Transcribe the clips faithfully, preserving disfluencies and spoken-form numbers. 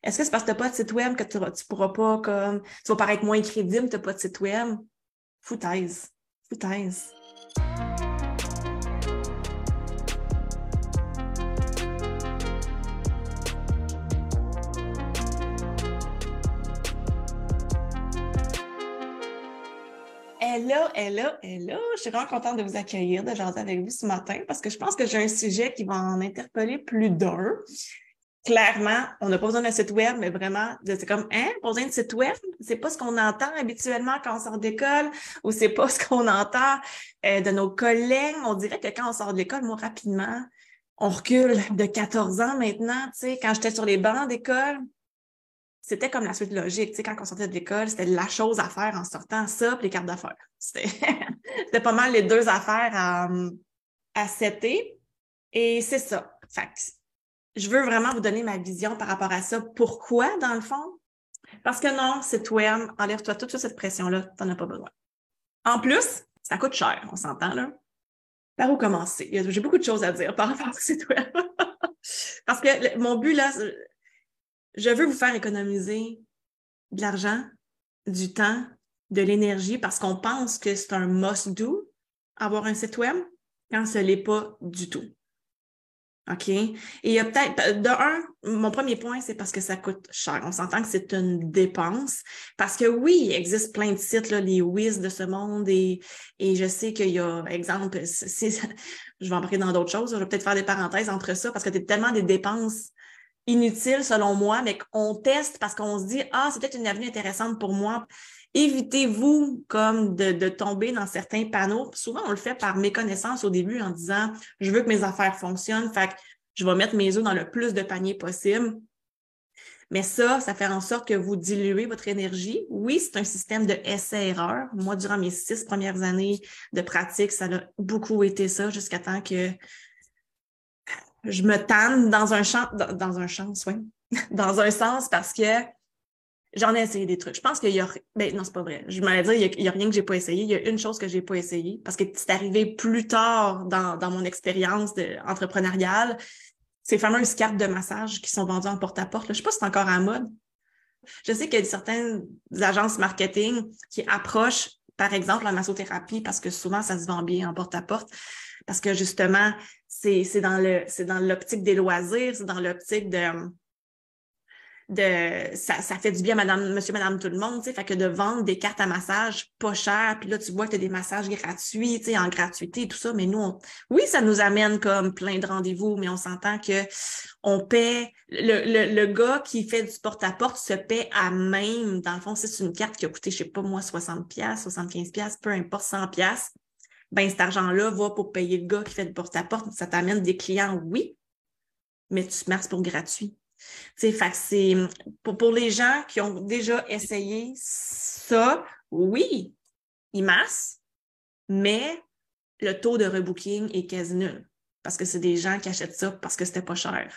Est-ce que c'est parce que tu n'as pas de site web que tu ne pourras pas comme. Tu vas paraître moins crédible, tu n'as pas de site web? Foutaise. Foutaise. Hello, hello, hello. Je suis vraiment contente de vous accueillir, de jaser avec vous ce matin parce que je pense que j'ai un sujet qui va en interpeller plus d'un. Clairement, on n'a pas besoin d'un site web, mais vraiment, c'est comme, hein, pas besoin de site web? C'est pas ce qu'on entend habituellement quand on sort d'école ou c'est pas ce qu'on entend euh, de nos collègues. On dirait que quand on sort de l'école, moi, rapidement, on recule de quatorze ans maintenant, tu sais, quand j'étais sur les bancs d'école, c'était comme la suite logique. Tu sais, quand on sortait de l'école, c'était la chose à faire en sortant, ça, puis les cartes d'affaires. C'était, c'était pas mal les deux affaires à, à setter. Et c'est ça. Fait que je veux vraiment vous donner ma vision par rapport à ça. Pourquoi, dans le fond? Parce que non, site web, enlève-toi toute cette pression-là, t'en as pas besoin. En plus, ça coûte cher, on s'entend, là. Par où commencer? J'ai beaucoup de choses à dire par rapport au site web. Parce que mon but, là, je veux vous faire économiser de l'argent, du temps, de l'énergie, parce qu'on pense que c'est un must-do, avoir un site web, quand ce l'est pas du tout. OK? Et il y a peut-être, de un, mon premier point, c'est parce que ça coûte cher. On s'entend que c'est une dépense. Parce que oui, il existe plein de sites, là, les Wiz de ce monde, et, et je sais qu'il y a, exemple, c'est, je vais embarquer dans d'autres choses, je vais peut-être faire des parenthèses entre ça, parce que c'est tellement des dépenses inutiles, selon moi, mais qu'on teste parce qu'on se dit, ah, c'est peut-être une avenue intéressante pour moi. Évitez-vous comme de, de tomber dans certains panneaux. Souvent, on le fait par méconnaissance au début en disant, je veux que mes affaires fonctionnent, fait que je vais mettre mes œufs dans le plus de paniers possible. Mais ça, ça fait en sorte que vous diluez votre énergie. Oui, c'est un système de essai-erreur. Moi, durant mes six premières années de pratique, ça a beaucoup été ça jusqu'à temps que je me tanne dans un champ, dans, dans un champ, oui, dans un sens parce que j'en ai essayé des trucs. Je pense qu'il y a... Ben non, c'est pas vrai. Je m'allais dire, il y a, il y a rien que j'ai pas essayé. Il y a une chose que j'ai pas essayé parce que c'est arrivé plus tard dans, dans mon expérience de, entrepreneuriale. Ces fameuses cartes de massage qui sont vendues en porte-à-porte. Là. Je sais pas si c'est encore à mode. Je sais qu'il y a certaines agences marketing qui approchent, par exemple, la massothérapie parce que souvent, ça se vend bien en porte-à-porte. Parce que justement, c'est, c'est dans le, c'est dans l'optique des loisirs, c'est dans l'optique de... de ça, ça fait du bien à madame, monsieur, madame, tout le monde, tu sais, fait que de vendre des cartes à massage pas chères, puis là, tu vois que tu as des massages gratuits, tu sais, en gratuité et tout ça, mais nous, on, oui, ça nous amène comme plein de rendez-vous, mais on s'entend que on paie, le, le, le gars qui fait du porte-à-porte se paie à même, dans le fond, si c'est une carte qui a coûté, je sais pas moi, soixante piastres, soixante-quinze piastres, peu importe, cent piastres, ben cet argent-là va pour payer le gars qui fait du porte-à-porte, ça t'amène des clients, oui, mais tu masses pour gratuit. Tu sais, fait que c'est pour, pour les gens qui ont déjà essayé ça, oui, ils massent, mais le taux de rebooking est quasi nul parce que c'est des gens qui achètent ça parce que c'était pas cher.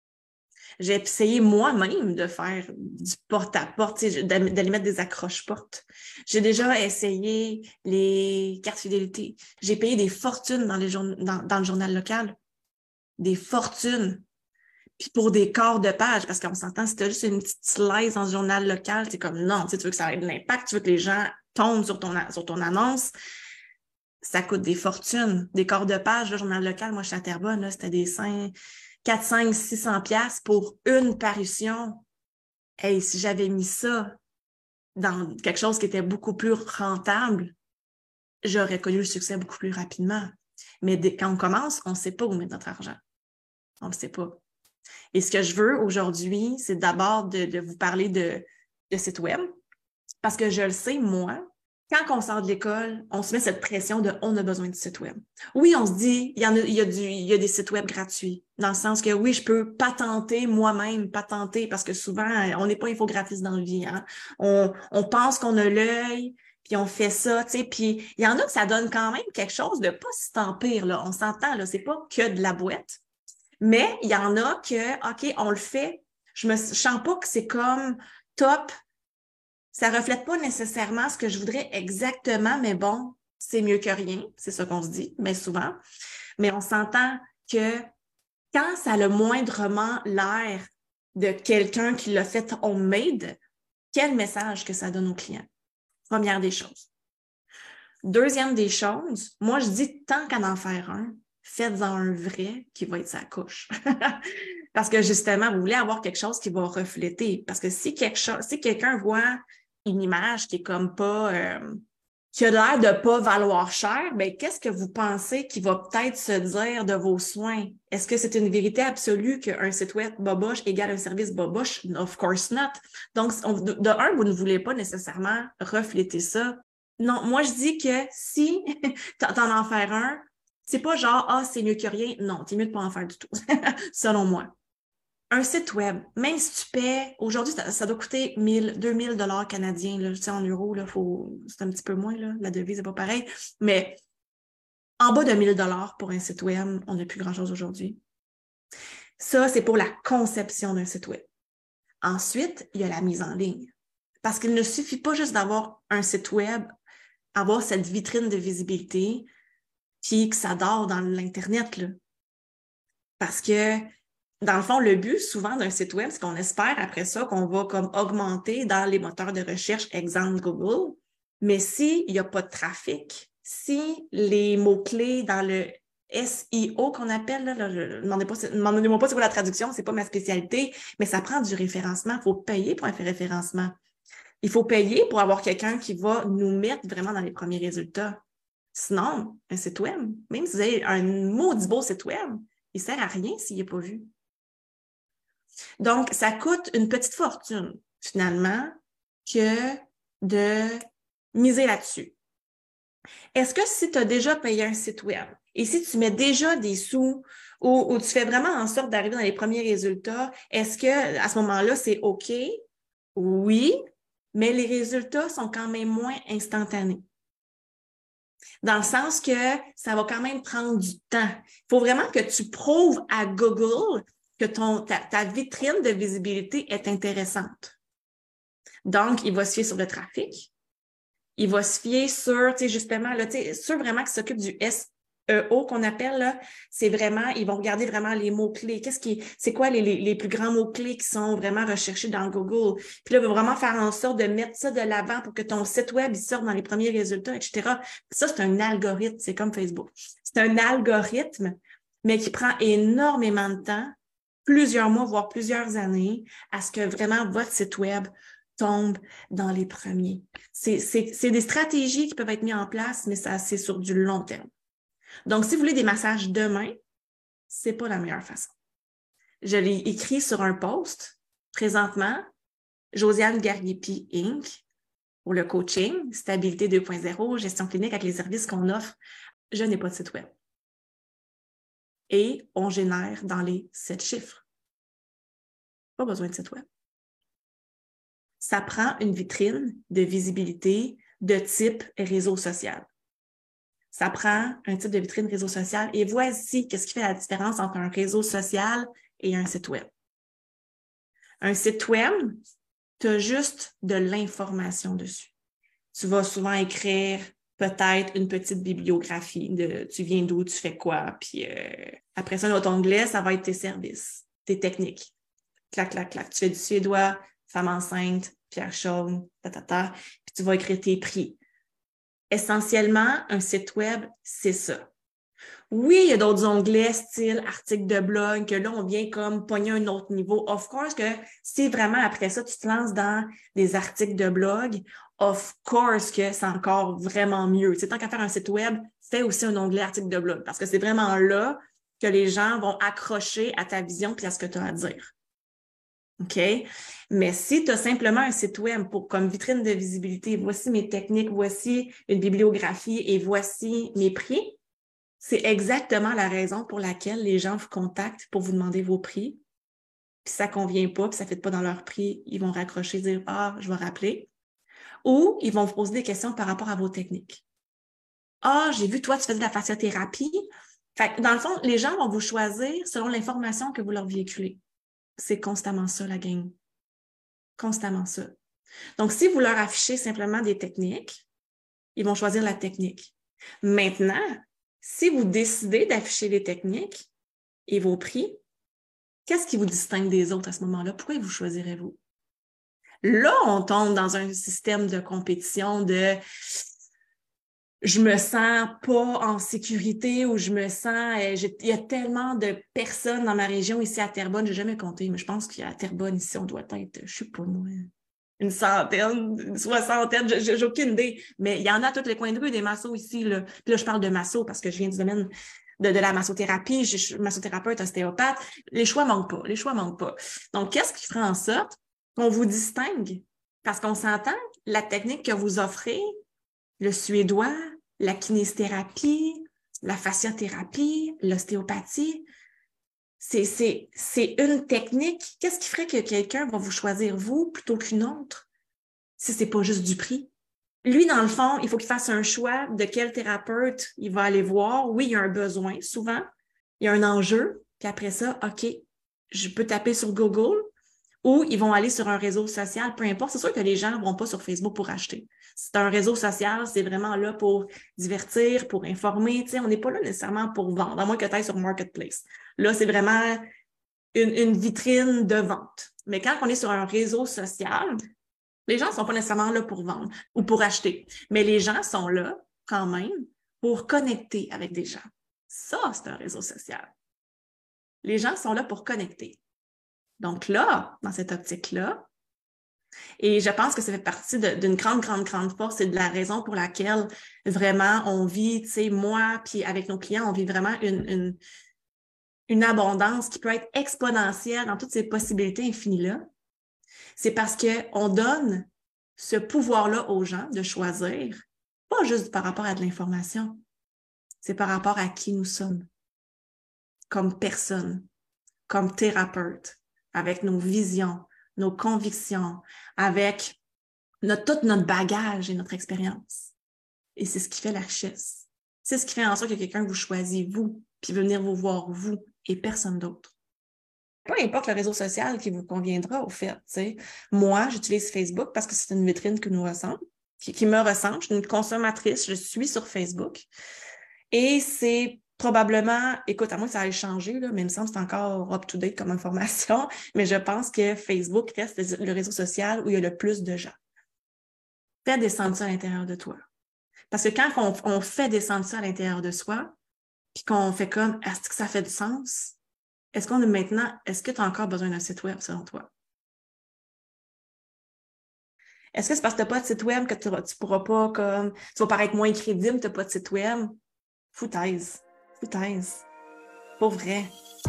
J'ai essayé moi-même de faire du porte-à-porte, d'aller mettre des accroches-portes. J'ai déjà essayé les cartes fidélité. J'ai payé des fortunes dans, les jour- dans, dans le journal local. Des fortunes. Puis pour des corps de page, parce qu'on s'entend, si tu as juste une petite slice dans le journal local, c'est comme non, tu sais, tu veux que ça ait de l'impact, tu veux que les gens tombent sur ton, sur ton annonce, ça coûte des fortunes. Des corps de page, le journal local, moi je suis à Terrebonne, là, c'était des quatre, cinq, six cents piastres pour une parution. Hey, si j'avais mis ça dans quelque chose qui était beaucoup plus rentable, j'aurais connu le succès beaucoup plus rapidement. Mais dès, quand on commence, on ne sait pas où mettre notre argent. On ne sait pas. Et ce que je veux aujourd'hui, c'est d'abord de, de vous parler de, de site web. Parce que je le sais, moi, quand on sort de l'école, on se met cette pression de on a besoin de site web. Oui, on se dit, il y en a, il y a du, il y a des sites web gratuits. Dans le sens que oui, je peux patenter moi-même, patenter, parce que souvent, on n'est pas infographiste dans le vie. Hein? On, on pense qu'on a l'œil, puis on fait ça, tu sais. Puis il y en a que ça donne quand même quelque chose de pas si tant pire, là. On s'entend, là, c'est pas que de la boîte. Mais il y en a que, OK, on le fait. Je me je sens pas que c'est comme top. Ça reflète pas nécessairement ce que je voudrais exactement, mais bon, c'est mieux que rien. C'est ça qu'on se dit, mais souvent. Mais on s'entend que quand ça a le moindrement l'air de quelqu'un qui l'a fait homemade, quel message que ça donne aux clients? Première des choses. Deuxième des choses, moi, je dis tant qu'à en faire un, faites-en un vrai qui va être sa couche. Parce que justement, vous voulez avoir quelque chose qui va refléter. Parce que si quelque chose, si quelqu'un voit une image qui est comme pas, euh, qui a l'air de pas valoir cher, ben qu'est-ce que vous pensez qu'il va peut-être se dire de vos soins? Est-ce que c'est une vérité absolue qu'un site web boboche égale un service boboche? Of course not. Donc, on, de, de un, vous ne voulez pas nécessairement refléter ça. Non, moi, je dis que si t'en en faire un, c'est pas genre, ah, c'est mieux que rien. Non, t'es mieux de pas en faire du tout, selon moi. Un site web, même si tu paies, aujourd'hui, ça, ça doit coûter mille, deux mille dollars canadiens, là, tu sais, en euros, là, faut, c'est un petit peu moins, là, la devise n'est pas pareil, mais en bas de mille dollars pour un site web, on n'a plus grand-chose aujourd'hui. Ça, c'est pour la conception d'un site web. Ensuite, il y a la mise en ligne. Parce qu'il ne suffit pas juste d'avoir un site web, avoir cette vitrine de visibilité, puis que ça dort dans l'Internet, là. Parce que, dans le fond, le but, souvent, d'un site web, c'est qu'on espère, après ça, qu'on va comme augmenter dans les moteurs de recherche, exemple Google. Mais s'il n'y a pas de trafic, si les mots-clés dans le S E O qu'on appelle, là, là, je, demandez pas, demandez-moi pas c'est quoi la traduction, c'est pas ma spécialité, mais ça prend du référencement. Il faut payer pour un référencement. Il faut payer pour avoir quelqu'un qui va nous mettre vraiment dans les premiers résultats. Sinon, un site web, même si vous avez un maudit beau site web, il ne sert à rien s'il n'est pas vu. Donc, ça coûte une petite fortune, finalement, que de miser là-dessus. Est-ce que si tu as déjà payé un site web et si tu mets déjà des sous ou, ou tu fais vraiment en sorte d'arriver dans les premiers résultats, est-ce que à ce moment-là, c'est OK? Oui, mais les résultats sont quand même moins instantanés. Dans le sens que ça va quand même prendre du temps. Il faut vraiment que tu prouves à Google que ton, ta, ta vitrine de visibilité est intéressante. Donc, il va se fier sur le trafic. Il va se fier sur, tu sais, justement, là, tu sais, ceux vraiment qui s'occupent du S E O qu'on appelle, là, c'est vraiment, ils vont regarder vraiment les mots-clés. Qu'est-ce qui, c'est quoi les, les, les plus grands mots-clés qui sont vraiment recherchés dans Google? Puis là, il va vraiment faire en sorte de mettre ça de l'avant pour que ton site web, il sorte dans les premiers résultats, et cetera. Ça, c'est un algorithme. C'est comme Facebook. C'est un algorithme, mais qui prend énormément de temps, plusieurs mois, voire plusieurs années, à ce que vraiment votre site web tombe dans les premiers. C'est, c'est, c'est des stratégies qui peuvent être mises en place, mais ça, c'est sur du long terme. Donc, si vous voulez des massages demain, c'est pas la meilleure façon. Je l'ai écrit sur un post présentement, Josiane Gariepi Incorporée pour le coaching, stabilité deux point zéro, gestion clinique avec les services qu'on offre. Je n'ai pas de site web. Et on génère dans les sept chiffres. Pas besoin de site web. Ça prend une vitrine de visibilité de type réseau social. Ça prend un type de vitrine réseau social. Et voici qu'est-ce qui fait la différence entre un réseau social et un site web. Un site web, tu as juste de l'information dessus. Tu vas souvent écrire peut-être une petite bibliographie de tu viens d'où, tu fais quoi, puis euh, après ça, dans ton onglet, ça va être tes services, tes techniques. Clac, clac, clac. Tu fais du suédois, femme enceinte, pierre chaude, ta, ta, ta, puis tu vas écrire tes prix. Essentiellement, un site web, c'est ça. Oui, il y a d'autres onglets, style articles de blog, que là, on vient comme pogner un autre niveau. Of course que si vraiment après ça, tu te lances dans des articles de blog, of course que c'est encore vraiment mieux. Tu sais, tant qu'à faire un site web, fais aussi un onglet article de blog parce que c'est vraiment là que les gens vont accrocher à ta vision et à ce que tu as à dire. OK? Mais si tu as simplement un site web pour, comme vitrine de visibilité, voici mes techniques, voici une bibliographie et voici mes prix, c'est exactement la raison pour laquelle les gens vous contactent pour vous demander vos prix. Puis ça ne convient pas, puis ça ne fait pas dans leur prix, ils vont raccrocher, dire « Ah, je vais rappeler ». Ou ils vont vous poser des questions par rapport à vos techniques. « Ah, j'ai vu, toi, tu fais de la fasciothérapie. » Fait que dans le fond, les gens vont vous choisir selon l'information que vous leur véhiculez. C'est constamment ça, la gang. Constamment ça. Donc, si vous leur affichez simplement des techniques, ils vont choisir la technique. Maintenant, si vous décidez d'afficher les techniques et vos prix, Qu'est-ce qui vous distingue des autres à ce moment-là? Pourquoi vous choisirez-vous? Là, on tombe dans un système de compétition de je me sens pas en sécurité ou je me sens... Il y a tellement de personnes dans ma région ici à Terrebonne, j'ai jamais compté, mais je pense qu'à Terrebonne, ici, on doit être, je sais pas moi, une centaine, une soixantaine, j'ai aucune idée. Mais il y en a à tous les coins de rue, des massos ici. Là. Puis là, je parle de masso parce que je viens du domaine de, de la massothérapie, je suis massothérapeute, ostéopathe. Les choix manquent pas, les choix manquent pas. Donc, qu'est-ce qui ferait en sorte qu'on vous distingue? Parce qu'on s'entend, la technique que vous offrez, le suédois, la kinésithérapie, la fasciothérapie, l'ostéopathie, c'est, c'est, c'est une technique. Qu'est-ce qui ferait que quelqu'un va vous choisir, vous, plutôt qu'une autre, si c'est pas juste du prix? Lui, dans le fond, il faut qu'il fasse un choix de quel thérapeute il va aller voir. Oui, il y a un besoin, souvent. Il y a un enjeu. Puis après ça, OK, je peux taper sur Google ou ils vont aller sur un réseau social, peu importe. C'est sûr que les gens ne vont pas sur Facebook pour acheter. C'est un réseau social, c'est vraiment là pour divertir, pour informer. Tu sais, on n'est pas là nécessairement pour vendre, à moins que tu ailles sur Marketplace. Là, c'est vraiment une, une vitrine de vente. Mais quand on est sur un réseau social, les gens ne sont pas nécessairement là pour vendre ou pour acheter. Mais les gens sont là, quand même, pour connecter avec des gens. Ça, c'est un réseau social. Les gens sont là pour connecter. Donc là, dans cette optique-là, et je pense que ça fait partie de, d'une grande, grande, grande force et de la raison pour laquelle vraiment on vit, tu sais, moi, puis avec nos clients, on vit vraiment une, une, une abondance qui peut être exponentielle dans toutes ces possibilités infinies-là. C'est parce qu'on donne ce pouvoir-là aux gens de choisir, pas juste par rapport à de l'information, c'est par rapport à qui nous sommes, comme personne, comme thérapeute, avec nos visions, nos convictions, avec notre, tout notre bagage et notre expérience. Et c'est ce qui fait la richesse. C'est ce qui fait en sorte que quelqu'un vous choisit, vous, puis veut venir vous voir, vous, et personne d'autre. Peu importe le réseau social qui vous conviendra, au fait. T'sais. Moi, j'utilise Facebook parce que c'est une vitrine qui nous ressemble, qui, qui me ressemble. Je suis une consommatrice, je suis sur Facebook. Et c'est probablement, écoute, à moi, ça a changé, là, mais il me semble que c'est encore up-to-date comme information, mais je pense que Facebook reste le réseau social où il y a le plus de gens. Fais descendre ça à l'intérieur de toi. Parce que quand on, on fait descendre ça à l'intérieur de soi, puis qu'on fait comme, est-ce que ça fait du sens? Est-ce qu'on est maintenant, est-ce que tu as encore besoin d'un site web selon toi? Est-ce que c'est parce que tu n'as pas de site web que tu ne pourras pas comme, tu vas paraître moins crédible, tu n'as pas de site web? Foutaise. Foutaise. Pour vrai.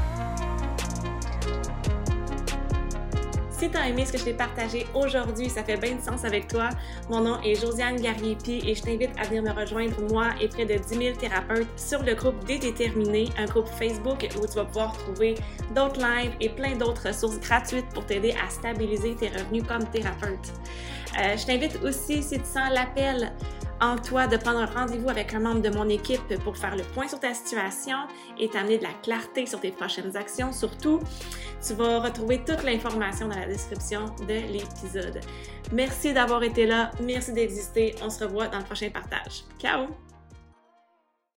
Si tu as aimé ce que je t'ai partagé aujourd'hui, ça fait bien de sens avec toi. Mon nom est Josiane Garriépi et je t'invite à venir me rejoindre, moi et près de dix mille thérapeutes, sur le groupe Des Déterminés, un groupe Facebook où tu vas pouvoir trouver d'autres lives et plein d'autres ressources gratuites pour t'aider à stabiliser tes revenus comme thérapeute. Euh, je t'invite aussi, si tu sens l'appel en toi de prendre un rendez-vous avec un membre de mon équipe pour faire le point sur ta situation et t'amener de la clarté sur tes prochaines actions. Surtout, tu vas retrouver toute l'information dans la description de l'épisode. Merci d'avoir été là, merci d'exister. On se revoit dans le prochain partage. Ciao!